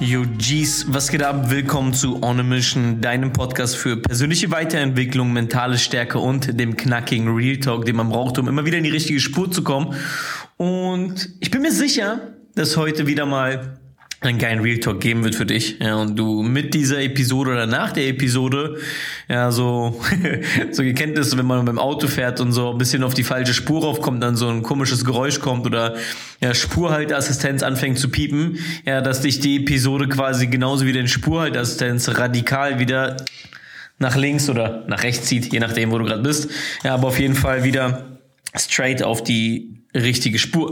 Yo G's, was geht ab? Willkommen zu On a Mission, deinem Podcast für persönliche Weiterentwicklung, mentale Stärke und dem knackigen Real Talk, den man braucht, um immer wieder in die richtige Spur zu kommen. Und ich bin mir sicher, dass heute wieder mal einen geilen Real Talk geben wird für dich, ja, und du mit dieser Episode oder nach der Episode, ja, so ihr kennt es, wenn man beim Auto fährt und so ein bisschen auf die falsche Spur raufkommt, dann so ein komisches Geräusch kommt oder ja, Spurhalteassistenz anfängt zu piepen, ja, dass dich die Episode quasi genauso wie den Spurhalteassistenz radikal wieder nach links oder nach rechts zieht, je nachdem, wo du gerade bist, ja, aber auf jeden Fall wieder straight auf die richtige Spur.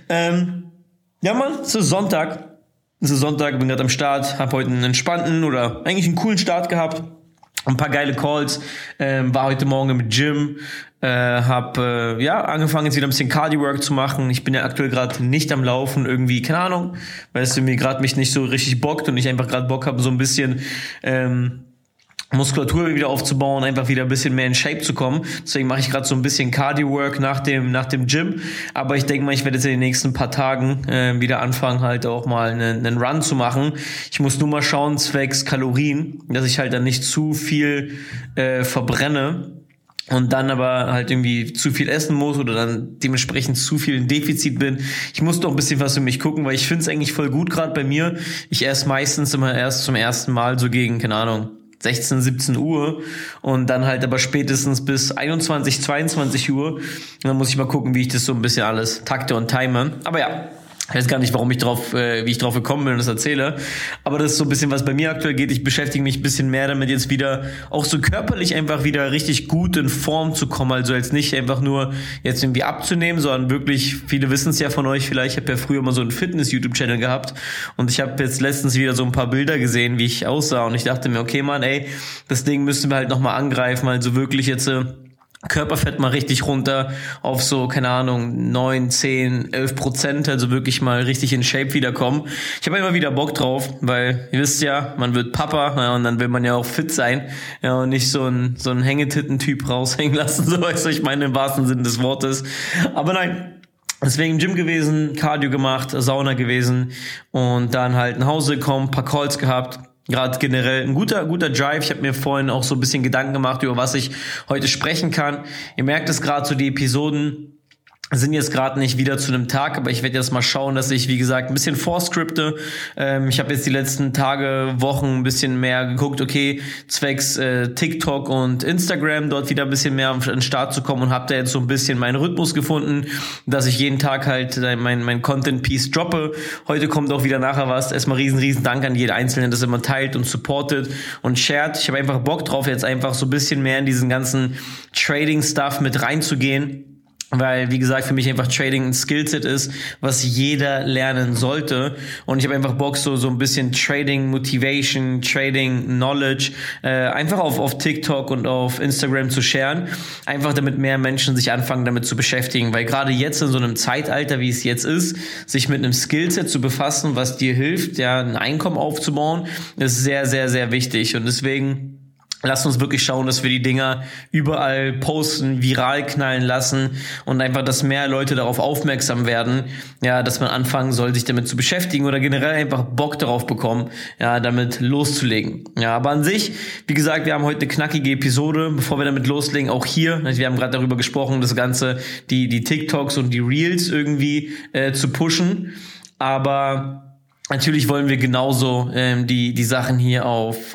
Ja, Mann, es ist Sonntag. Es ist Sonntag, bin gerade am Start, habe heute einen entspannten oder eigentlich einen coolen Start gehabt. Ein paar geile Calls, war heute Morgen im Gym, habe angefangen jetzt wieder ein bisschen Cardio-Work zu machen. Ich bin ja aktuell gerade nicht am Laufen, irgendwie, keine Ahnung, weil es mir gerade mich nicht so richtig bockt und ich einfach gerade Bock habe, so ein bisschen Muskulatur wieder aufzubauen, einfach wieder ein bisschen mehr in Shape zu kommen. Deswegen mache ich gerade so ein bisschen Cardio-Work nach dem Gym. Aber ich denke mal, ich werde jetzt in den nächsten paar Tagen wieder anfangen, halt auch mal einen Run zu machen. Ich muss nur mal schauen, zwecks Kalorien, dass ich halt dann nicht zu viel verbrenne und dann aber halt irgendwie zu viel essen muss oder dann dementsprechend zu viel in Defizit bin. Ich muss doch ein bisschen was für mich gucken, weil ich finde es eigentlich voll gut gerade bei mir. Ich esse meistens immer erst zum ersten Mal so gegen, keine Ahnung, 16, 17 Uhr und dann halt aber spätestens bis 21, 22 Uhr. Und dann muss ich mal gucken, wie ich das so ein bisschen alles takte und time. Aber ja, ich weiß gar nicht, wie ich drauf gekommen bin und das erzähle. Aber das ist so ein bisschen, was bei mir aktuell geht. Ich beschäftige mich ein bisschen mehr damit, jetzt wieder auch so körperlich einfach wieder richtig gut in Form zu kommen. Also jetzt nicht einfach nur jetzt irgendwie abzunehmen, sondern wirklich, viele wissen es ja von euch vielleicht, ich habe ja früher mal so einen Fitness-YouTube-Channel gehabt und ich habe jetzt letztens wieder so ein paar Bilder gesehen, wie ich aussah und ich dachte mir, okay Mann, das Ding müssten wir halt nochmal angreifen, also wirklich jetzt Körperfett mal richtig runter auf so, keine Ahnung, 9, 10, 11%, also wirklich mal richtig in Shape wiederkommen. Ich habe immer wieder Bock drauf, weil ihr wisst ja, man wird Papa, ja, und dann will man ja auch fit sein, ja, und nicht so ein Hängetitten-Typ raushängen lassen, so weißt du, ich meine im wahrsten Sinne des Wortes. Aber nein. Deswegen im Gym gewesen, Cardio gemacht, Sauna gewesen und dann halt nach Hause gekommen, paar Calls gehabt. Gerade generell ein guter Drive. Ich habe mir vorhin auch so ein bisschen Gedanken gemacht, über was ich heute sprechen kann. Ihr merkt es gerade, so die Episoden sind jetzt gerade nicht wieder zu einem Tag, aber ich werde jetzt mal schauen, dass ich, wie gesagt, ein bisschen vorscripte. Ich habe jetzt die letzten Tage, Wochen ein bisschen mehr geguckt, okay, zwecks TikTok und Instagram dort wieder ein bisschen mehr an den Start zu kommen und habe da jetzt so ein bisschen meinen Rhythmus gefunden, dass ich jeden Tag halt mein Content-Piece droppe. Heute kommt auch wieder nachher was. Erstmal riesen Dank an jeden Einzelnen, das immer teilt und supportet und shared. Ich habe einfach Bock drauf, jetzt einfach so ein bisschen mehr in diesen ganzen Trading-Stuff mit reinzugehen. Weil, wie gesagt, für mich einfach Trading ein Skillset ist, was jeder lernen sollte. Und ich habe einfach Bock, so ein bisschen Trading Motivation, Trading Knowledge einfach auf TikTok und auf Instagram zu sharen. Einfach damit mehr Menschen sich anfangen, damit zu beschäftigen. Weil gerade jetzt in so einem Zeitalter, wie es jetzt ist, sich mit einem Skillset zu befassen, was dir hilft, ja, ein Einkommen aufzubauen, ist sehr, sehr, sehr wichtig. Und deswegen lasst uns wirklich schauen, dass wir die Dinger überall posten, viral knallen lassen und einfach, dass mehr Leute darauf aufmerksam werden, ja, dass man anfangen soll, sich damit zu beschäftigen oder generell einfach Bock darauf bekommen, ja, damit loszulegen. Ja, aber an sich, wie gesagt, wir haben heute eine knackige Episode, bevor wir damit loslegen, auch hier, wir haben gerade darüber gesprochen, das Ganze, die TikToks und die Reels irgendwie zu pushen, aber natürlich wollen wir genauso die Sachen hier auf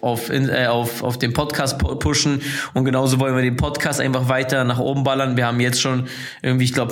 dem Podcast pushen und genauso wollen wir den Podcast einfach weiter nach oben ballern. Wir haben jetzt schon irgendwie, ich glaube,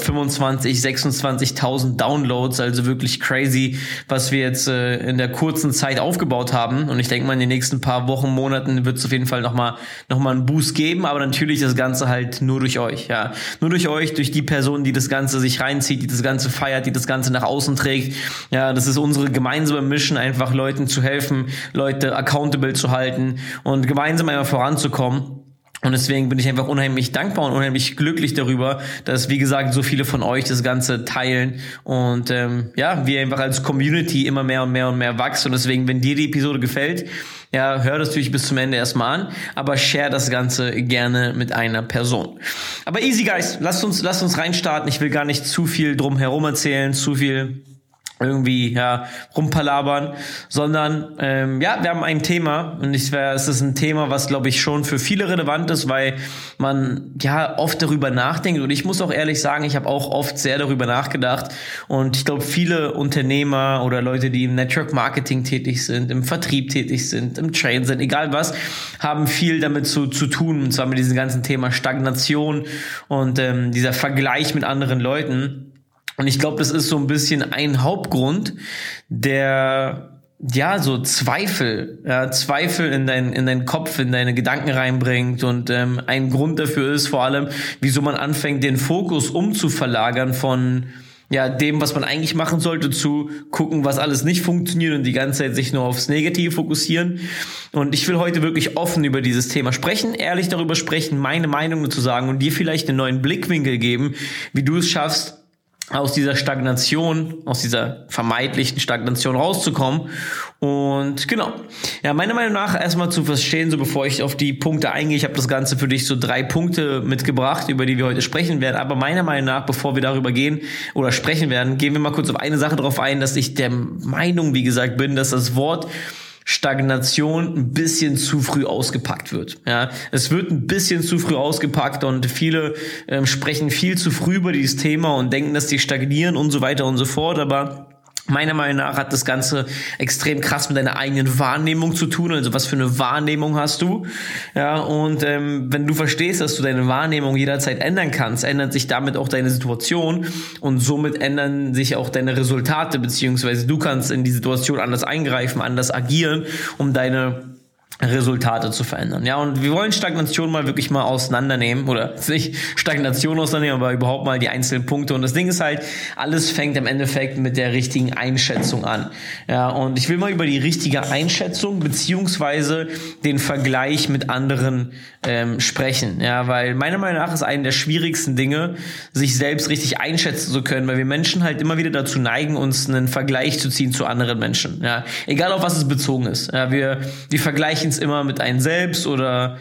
26.000 Downloads, also wirklich crazy, was wir jetzt in der kurzen Zeit aufgebaut haben. Und ich denke mal, in den nächsten paar Wochen, Monaten wird es auf jeden Fall noch mal einen Boost geben, aber natürlich das Ganze halt nur durch euch, ja. Nur durch euch, durch die Person, die das Ganze sich reinzieht, die das Ganze feiert, die das Ganze nach außen trägt. Ja, das ist unsere gemeinsame Mission, einfach Leuten zu helfen, Leute accountable zu halten und gemeinsam einfach voranzukommen. Und deswegen bin ich einfach unheimlich dankbar und unheimlich glücklich darüber, dass, wie gesagt, so viele von euch das Ganze teilen und wir einfach als Community immer mehr und mehr und mehr wachsen. Und deswegen, wenn dir die Episode gefällt, ja, hör das natürlich bis zum Ende erstmal an, aber share das Ganze gerne mit einer Person. Aber easy, guys, lasst uns reinstarten. Ich will gar nicht zu viel drum herum erzählen, zu viel irgendwie rumpalabern, sondern wir haben ein Thema und es ist ein Thema, was glaube ich schon für viele relevant ist, weil man oft darüber nachdenkt und ich muss auch ehrlich sagen, ich habe auch oft sehr darüber nachgedacht und ich glaube viele Unternehmer oder Leute, die im Network Marketing tätig sind, im Vertrieb tätig sind, im Trade sind, egal was, haben viel damit zu tun, und zwar mit diesem ganzen Thema Stagnation und dieser Vergleich mit anderen Leuten. Und ich glaube, das ist so ein bisschen ein Hauptgrund, der so Zweifel in deinen Kopf, in deine Gedanken reinbringt und ein Grund dafür ist vor allem, wieso man anfängt, den Fokus umzuverlagern von dem, was man eigentlich machen sollte, zu gucken, was alles nicht funktioniert und die ganze Zeit sich nur aufs Negative fokussieren. Und ich will heute wirklich offen über dieses Thema sprechen, ehrlich darüber sprechen, meine Meinung dazu sagen und dir vielleicht einen neuen Blickwinkel geben, wie du es schaffst, aus dieser Stagnation, aus dieser vermeintlichen Stagnation rauszukommen. Und genau. Ja, meiner Meinung nach erstmal zu verstehen, so bevor ich auf die Punkte eingehe, ich habe das Ganze für dich so 3 Punkte mitgebracht, über die wir heute sprechen werden. Aber meiner Meinung nach, bevor wir darüber gehen oder sprechen werden, gehen wir mal kurz auf eine Sache drauf ein, dass ich der Meinung, wie gesagt, bin, dass das Wort Stagnation ein bisschen zu früh ausgepackt wird. Ja, es wird ein bisschen zu früh ausgepackt und viele sprechen viel zu früh über dieses Thema und denken, dass die stagnieren und so weiter und so fort, aber meiner Meinung nach hat das Ganze extrem krass mit deiner eigenen Wahrnehmung zu tun, also was für eine Wahrnehmung hast du, ja, und wenn du verstehst, dass du deine Wahrnehmung jederzeit ändern kannst, ändert sich damit auch deine Situation und somit ändern sich auch deine Resultate, beziehungsweise du kannst in die Situation anders eingreifen, anders agieren, um deine Resultate zu verändern. Ja, und wir wollen Stagnation mal wirklich mal auseinandernehmen, oder nicht Stagnation auseinandernehmen, aber überhaupt mal die einzelnen Punkte. Und das Ding ist halt, alles fängt im Endeffekt mit der richtigen Einschätzung an. Ja, und ich will mal über die richtige Einschätzung beziehungsweise den Vergleich mit anderen sprechen. Ja, weil meiner Meinung nach ist eine der schwierigsten Dinge, sich selbst richtig einschätzen zu können, weil wir Menschen halt immer wieder dazu neigen, uns einen Vergleich zu ziehen zu anderen Menschen. Ja, egal auf was es bezogen ist. Ja, wir vergleichen es immer mit einem selbst oder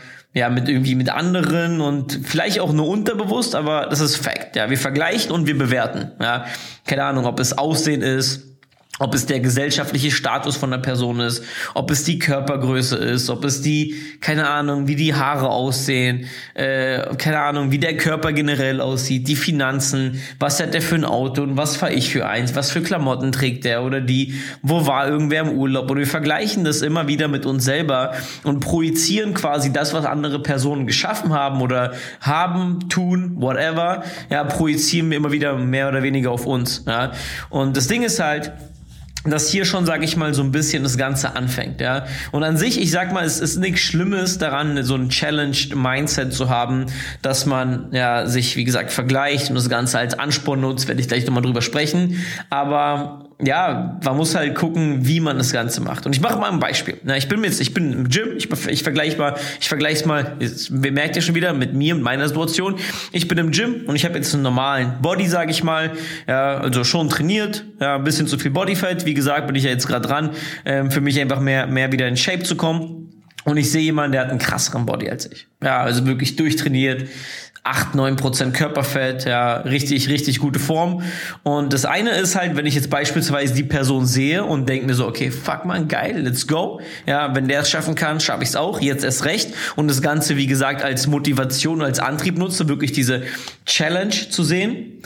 mit anderen und vielleicht auch nur unterbewusst, aber das ist Fact. Ja, wir vergleichen und wir bewerten. Ja, keine Ahnung, ob es Aussehen ist, ob es der gesellschaftliche Status von der Person ist, ob es die Körpergröße ist, ob es die, keine Ahnung, wie die Haare aussehen, keine Ahnung, wie der Körper generell aussieht, die Finanzen, was hat der für ein Auto und was fahre ich für eins, was für Klamotten trägt der oder die, wo war irgendwer im Urlaub, und wir vergleichen das immer wieder mit uns selber und projizieren quasi das, was andere Personen geschaffen haben oder haben, tun, whatever, ja, projizieren wir immer wieder mehr oder weniger auf uns, ja, und das Ding ist halt, dass hier schon, sag ich mal, so ein bisschen das Ganze anfängt, ja. Und an sich, ich sag mal, es ist nichts Schlimmes daran, so ein Challenged Mindset zu haben, dass man sich, wie gesagt, vergleicht und das Ganze als Ansporn nutzt, werde ich gleich nochmal drüber sprechen. Aber man muss halt gucken, wie man das Ganze macht. Und ich mache mal ein Beispiel. Ich bin im Gym, ich vergleiche mal, ihr merkt ja schon wieder mit mir und meiner Situation. Ich bin im Gym und ich habe jetzt einen normalen Body, sag ich mal, also schon trainiert, ein bisschen zu viel Bodyfat. Wie gesagt, bin ich ja jetzt gerade dran, für mich einfach mehr wieder in Shape zu kommen. Und ich sehe jemanden, der hat einen krasseren Body als ich. Ja, also wirklich durchtrainiert. 8-9% Körperfett, richtig, richtig gute Form. Und das eine ist halt, wenn ich jetzt beispielsweise die Person sehe und denke mir so, okay, fuck man, geil, let's go. Ja, wenn der es schaffen kann, schaffe ich es auch, jetzt erst recht. Und das Ganze, wie gesagt, als Motivation, als Antrieb nutze, wirklich diese Challenge zu sehen.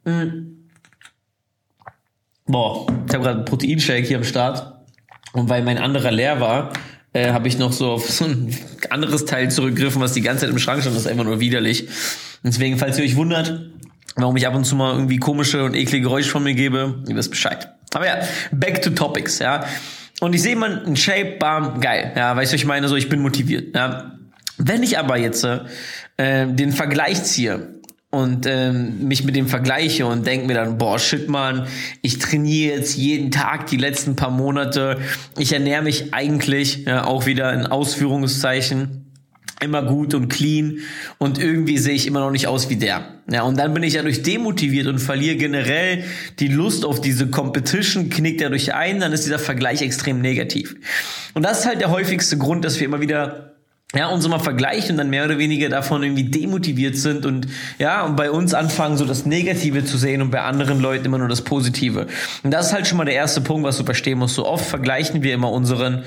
Boah, ich habe gerade einen Proteinshake hier am Start. Und weil mein anderer leer war, habe ich noch so auf so ein anderes Teil zurückgegriffen, was die ganze Zeit im Schrank stand. Das ist einfach nur widerlich. Deswegen, falls ihr euch wundert, warum ich ab und zu mal irgendwie komische und eklige Geräusche von mir gebe, ihr wisst Bescheid. Aber ja, back to topics, ja. Und ich sehe mal einen Shape, bam, geil. Ja, weißt du, ich meine, so, ich bin motiviert, ja. Wenn ich aber jetzt den Vergleich ziehe und mich mit dem vergleiche und denke mir dann, boah, shit, Mann, ich trainiere jetzt jeden Tag die letzten paar Monate, ich ernähre mich eigentlich, auch wieder in Ausführungszeichen, immer gut und clean und irgendwie sehe ich immer noch nicht aus wie der. Ja, und dann bin ich dadurch demotiviert und verliere generell die Lust auf diese Competition, knickt dadurch ein, dann ist dieser Vergleich extrem negativ. Und das ist halt der häufigste Grund, dass wir immer wieder ja, uns immer vergleichen und dann mehr oder weniger davon irgendwie demotiviert sind und ja, und bei uns anfangen, so das Negative zu sehen und bei anderen Leuten immer nur das Positive. Und das ist halt schon mal der erste Punkt, was du verstehen musst. So oft vergleichen wir immer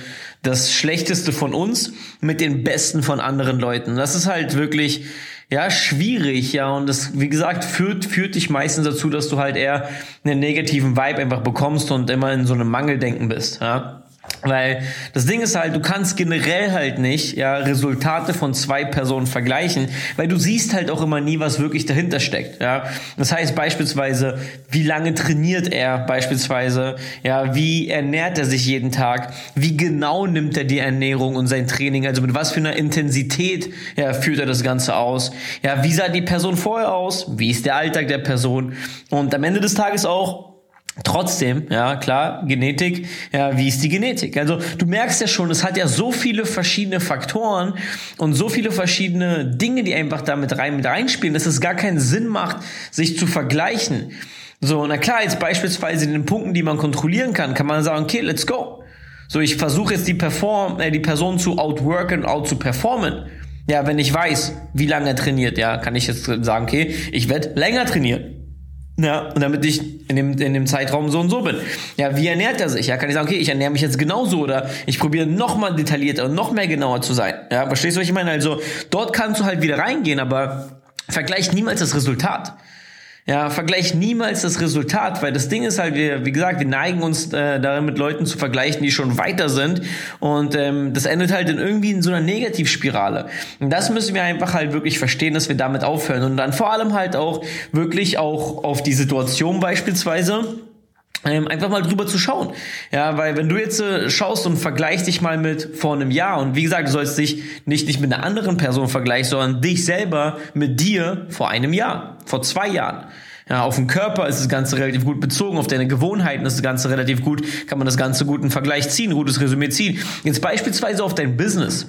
das Schlechteste von uns mit den Besten von anderen Leuten. Das ist halt wirklich, ja, schwierig, ja, und das, wie gesagt, führt dich meistens dazu, dass du halt eher einen negativen Vibe einfach bekommst und immer in so einem Mangeldenken bist, ja. Weil das Ding ist halt, du kannst generell halt nicht Resultate von zwei Personen vergleichen, weil du siehst halt auch immer nie, was wirklich dahinter steckt. Ja, das heißt beispielsweise, wie lange trainiert er beispielsweise, ja, wie ernährt er sich jeden Tag, wie genau nimmt er die Ernährung und sein Training, also mit was für einer Intensität führt er das Ganze aus, ja, wie sah die Person vorher aus, wie ist der Alltag der Person und am Ende des Tages auch trotzdem, ja klar, Genetik, ja, wie ist die Genetik? Also du merkst ja schon, es hat ja so viele verschiedene Faktoren und so viele verschiedene Dinge, die einfach da mit reinspielen, dass es gar keinen Sinn macht, sich zu vergleichen. So, na klar, jetzt beispielsweise in den Punkten, die man kontrollieren kann man sagen, okay, let's go. So, ich versuche jetzt die Person zu outworken und out zu performen. Ja, wenn ich weiß, wie lange er trainiert, ja, kann ich jetzt sagen, okay, ich werde länger trainieren. Ja, und damit ich in dem Zeitraum so und so bin. Ja, wie ernährt er sich? Ja, kann ich sagen, okay, ich ernähre mich jetzt genauso oder ich probiere noch mal detaillierter und noch mehr genauer zu sein. Ja, verstehst du, was ich meine? Also, dort kannst du halt wieder reingehen, aber vergleich niemals das Resultat. Ja, vergleich niemals das Resultat, weil das Ding ist halt, wie gesagt, wir neigen uns darin mit Leuten zu vergleichen, die schon weiter sind und das endet halt in so einer Negativspirale. Und das müssen wir einfach halt wirklich verstehen, dass wir damit aufhören und dann vor allem halt auch wirklich auch auf die Situation beispielsweise einfach mal drüber zu schauen. Ja, weil wenn du jetzt schaust und vergleichst dich mal mit vor einem Jahr und wie gesagt, du sollst dich nicht mit einer anderen Person vergleichen, sondern dich selber mit dir vor einem Jahr, vor 2 Jahren. Ja, auf den Körper ist das Ganze relativ gut bezogen, auf deine Gewohnheiten ist das Ganze relativ gut, kann man das Ganze gut einen Vergleich ziehen, ein gutes Resümee ziehen. Jetzt beispielsweise auf dein Business,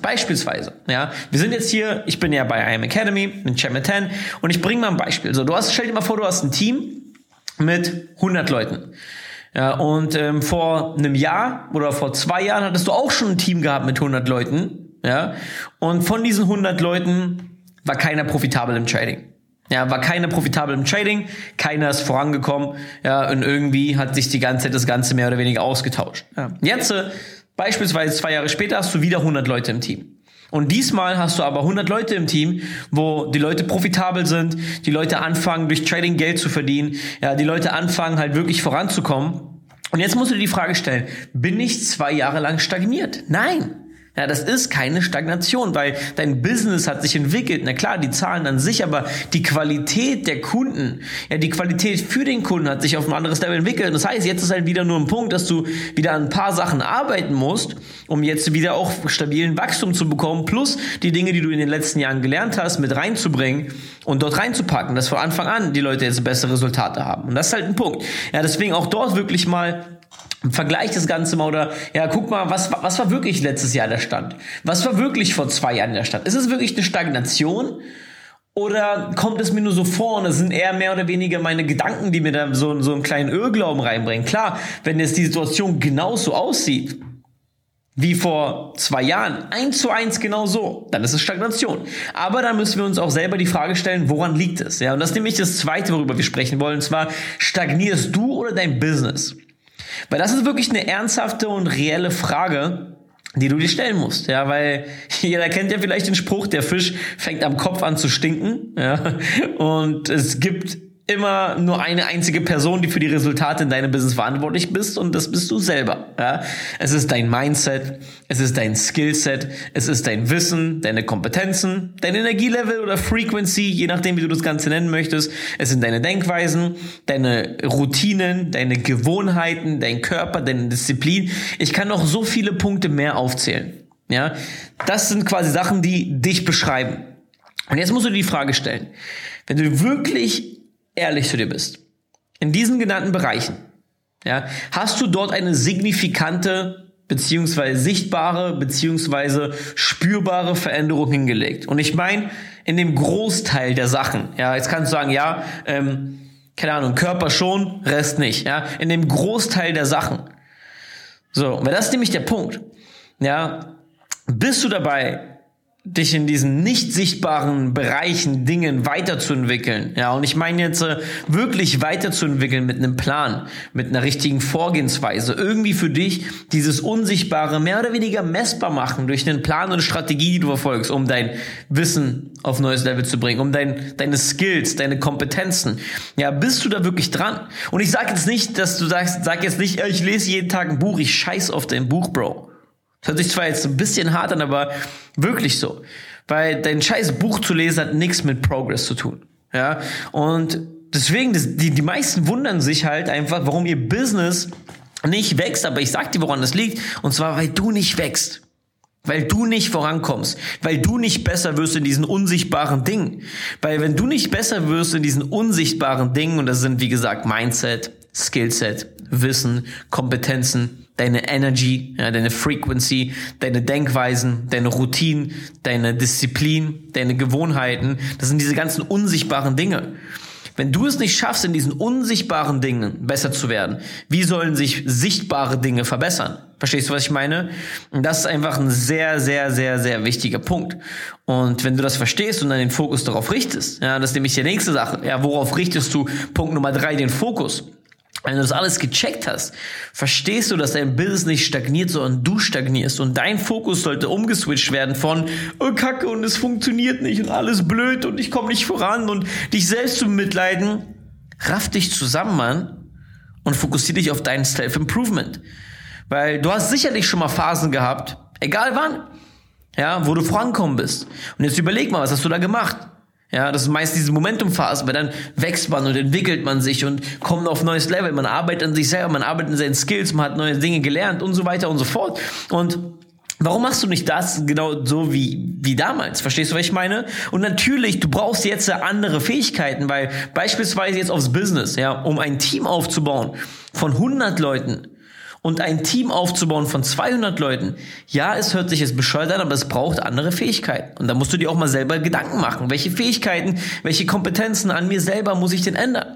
ja. Wir sind jetzt hier, ich bin ja bei IM Academy, mit Chapter 10 und ich bringe mal ein Beispiel. So, stell dir mal vor, du hast ein Team mit 100 Leuten. Ja, und vor einem Jahr oder vor 2 Jahren hattest du auch schon ein Team gehabt mit 100 Leuten, ja, und von diesen 100 Leuten war keiner profitabel im Trading. Ja, war keiner profitabel im Trading, keiner ist vorangekommen, ja, und irgendwie hat sich die ganze Zeit das Ganze mehr oder weniger ausgetauscht. Ja. Jetzt, beispielsweise 2 Jahre später, hast du wieder 100 Leute im Team. Und diesmal hast du aber 100 Leute im Team, wo die Leute profitabel sind, die Leute anfangen, durch Trading Geld zu verdienen, ja, die Leute anfangen, halt wirklich voranzukommen. Und jetzt musst du dir die Frage stellen, bin ich 2 Jahre lang stagniert? Nein. Ja, das ist keine Stagnation, weil dein Business hat sich entwickelt. Na klar, die Zahlen an sich, aber die Qualität der Kunden, ja, die Qualität für den Kunden hat sich auf ein anderes Level entwickelt. Das heißt, jetzt ist halt wieder nur ein Punkt, dass du wieder an ein paar Sachen arbeiten musst, um jetzt wieder auch stabilen Wachstum zu bekommen, plus die Dinge, die du in den letzten Jahren gelernt hast, mit reinzubringen und dort reinzupacken, dass von Anfang an die Leute jetzt bessere Resultate haben. Und das ist halt ein Punkt. Ja, deswegen auch dort wirklich mal vergleich das Ganze mal oder ja, guck mal, was war wirklich letztes Jahr der Stand? Was war wirklich vor 2 Jahren der Stand? Ist es wirklich eine Stagnation oder kommt es mir nur so vor und es sind eher mehr oder weniger meine Gedanken, die mir da so einen kleinen Irrglauben reinbringen? Klar, wenn jetzt die Situation genauso aussieht wie vor 2 Jahren, 1:1 genau so, dann ist es Stagnation. Aber dann müssen wir uns auch selber die Frage stellen, woran liegt es? Ja, und das ist nämlich das Zweite, worüber wir sprechen wollen, und zwar, stagnierst du oder dein Business? Weil das ist wirklich eine ernsthafte und reelle Frage, die du dir stellen musst, ja, weil jeder kennt ja vielleicht den Spruch, der Fisch fängt am Kopf an zu stinken, ja, und es gibt immer nur eine einzige Person, die für die Resultate in deinem Business verantwortlich bist und das bist du selber, ja. Es ist dein Mindset, es ist dein Skillset, es ist dein Wissen, deine Kompetenzen, dein Energielevel oder Frequency, je nachdem, wie du das Ganze nennen möchtest. Es sind deine Denkweisen, deine Routinen, deine Gewohnheiten, dein Körper, deine Disziplin. Ich kann noch so viele Punkte mehr aufzählen, ja. Das sind quasi Sachen, die dich beschreiben. Und jetzt musst du dir die Frage stellen, wenn du wirklich ehrlich zu dir bist, in diesen genannten Bereichen, ja, hast du dort eine signifikante beziehungsweise sichtbare beziehungsweise spürbare Veränderung hingelegt. Und ich meine, in dem Großteil der Sachen, ja, jetzt kannst du sagen, ja, keine Ahnung, Körper schon, Rest nicht, ja, in dem Großteil der Sachen. So, weil das ist nämlich der Punkt, ja, bist du dabei, dich in diesen nicht sichtbaren Bereichen, Dingen weiterzuentwickeln. Ja, und ich meine jetzt wirklich weiterzuentwickeln mit einem Plan, mit einer richtigen Vorgehensweise. Irgendwie für dich dieses Unsichtbare mehr oder weniger messbar machen durch einen Plan und eine Strategie, die du verfolgst, um dein Wissen auf neues Level zu bringen, um deine Skills, deine Kompetenzen. Ja, bist du da wirklich dran? Und ich sag jetzt nicht, sag jetzt nicht, ich lese jeden Tag ein Buch, ich scheiß auf dein Buch, Bro. Das hört sich zwar jetzt ein bisschen hart an, aber wirklich so. Weil dein scheiß Buch zu lesen hat nichts mit Progress zu tun. Ja, und deswegen, die meisten wundern sich halt einfach, warum ihr Business nicht wächst. Aber ich sag dir, woran das liegt. Und zwar, weil du nicht wächst. Weil du nicht vorankommst. Weil du nicht besser wirst in diesen unsichtbaren Dingen. Weil wenn du nicht besser wirst in diesen unsichtbaren Dingen, und das sind, wie gesagt, Mindset, Skillset, Wissen, Kompetenzen, deine Energy, ja, deine Frequency, deine Denkweisen, deine Routinen, deine Disziplin, deine Gewohnheiten, das sind diese ganzen unsichtbaren Dinge. Wenn du es nicht schaffst, in diesen unsichtbaren Dingen besser zu werden, wie sollen sich sichtbare Dinge verbessern? Verstehst du, was ich meine? Und das ist einfach ein sehr, sehr, sehr, sehr wichtiger Punkt. Und wenn du das verstehst und dann den Fokus darauf richtest, ja, das ist nämlich die nächste Sache. Ja, worauf richtest du? Punkt Nummer 3, den Fokus. Wenn du das alles gecheckt hast, verstehst du, dass dein Business nicht stagniert, sondern du stagnierst. Und dein Fokus sollte umgeswitcht werden von, oh Kacke und es funktioniert nicht und alles blöd und ich komme nicht voran und dich selbst zu mitleiden. Raff dich zusammen, Mann, und fokussier dich auf dein Self-Improvement. Weil du hast sicherlich schon mal Phasen gehabt, egal wann, ja, wo du vorankommen bist. Und jetzt überleg mal, was hast du da gemacht? Ja, das ist meist diese Momentum-Phase, weil dann wächst man und entwickelt man sich und kommt auf ein neues Level. Man arbeitet an sich selber, man arbeitet an seinen Skills, man hat neue Dinge gelernt und so weiter und so fort. Und warum machst du nicht das genau so wie damals? Verstehst du, was ich meine? Und natürlich, du brauchst jetzt andere Fähigkeiten, weil beispielsweise jetzt aufs Business, ja, um ein Team aufzubauen von 100 Leuten, und ein Team aufzubauen von 200 Leuten, ja, es hört sich jetzt bescheuert an, aber es braucht andere Fähigkeiten. Und da musst du dir auch mal selber Gedanken machen. Welche Fähigkeiten, welche Kompetenzen an mir selber muss ich denn ändern?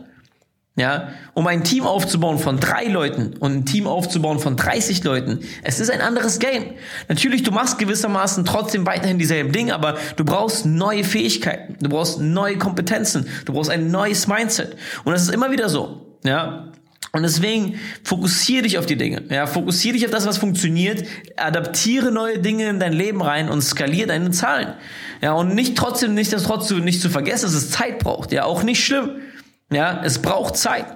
Ja, um ein Team aufzubauen von 3 Leuten und ein Team aufzubauen von 30 Leuten, es ist ein anderes Game. Natürlich, du machst gewissermaßen trotzdem weiterhin dieselben Dinge, aber du brauchst neue Fähigkeiten, du brauchst neue Kompetenzen, du brauchst ein neues Mindset. Und das ist immer wieder so, ja. Und deswegen fokussiere dich auf die Dinge. Ja, fokussiere dich auf das, was funktioniert, adaptiere neue Dinge in dein Leben rein und skaliere deine Zahlen. Ja, und nicht zu vergessen, dass es Zeit braucht. Ja, auch nicht schlimm. Ja, es braucht Zeit.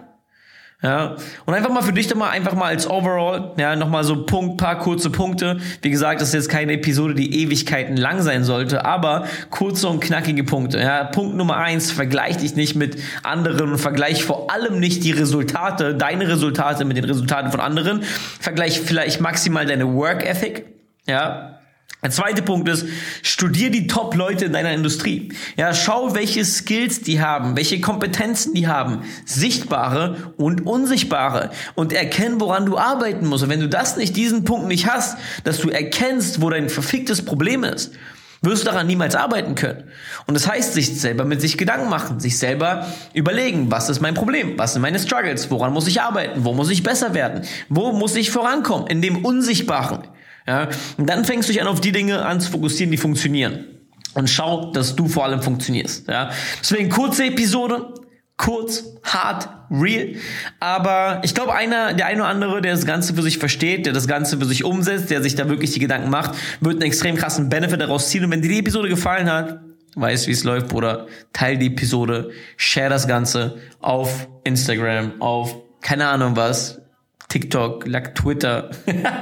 Ja, und einfach mal für dich einfach mal als Overall, ja, nochmal so paar kurze Punkte. Wie gesagt, das ist jetzt keine Episode, die Ewigkeiten lang sein sollte, aber kurze und knackige Punkte. Ja, Punkt Nummer 1, vergleich dich nicht mit anderen und vergleich vor allem nicht deine Resultate mit den Resultaten von anderen. Vergleich vielleicht maximal deine Work Ethic, ja. Der zweite Punkt ist, studier die Top-Leute in deiner Industrie. Ja, schau, welche Skills die haben, welche Kompetenzen die haben, sichtbare und unsichtbare, und erkenn, woran du arbeiten musst. Und wenn du diesen Punkt nicht hast, dass du erkennst, wo dein verficktes Problem ist, wirst du daran niemals arbeiten können. Und das heißt, sich selber mit sich Gedanken machen, sich selber überlegen, was ist mein Problem, was sind meine Struggles, woran muss ich arbeiten, wo muss ich besser werden, wo muss ich vorankommen, in dem Unsichtbaren. Ja, und dann fängst du dich an, auf die Dinge an zu fokussieren, die funktionieren. Und schau, dass du vor allem funktionierst. Ja, deswegen kurze Episode, kurz, hart, real. Aber ich glaube, der eine oder andere, der das Ganze für sich versteht, der das Ganze für sich umsetzt, der sich da wirklich die Gedanken macht, wird einen extrem krassen Benefit daraus ziehen. Und wenn dir die Episode gefallen hat, weißt, wie es läuft, Bruder, teil die Episode, share das Ganze auf Instagram, auf keine Ahnung was, TikTok, Twitter,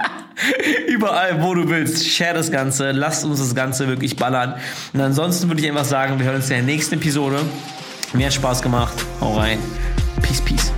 überall, wo du willst, share das Ganze, lasst uns das Ganze wirklich ballern. Und ansonsten würde ich einfach sagen, wir hören uns in der nächsten Episode. Mir hat Spaß gemacht, hau rein, peace, peace.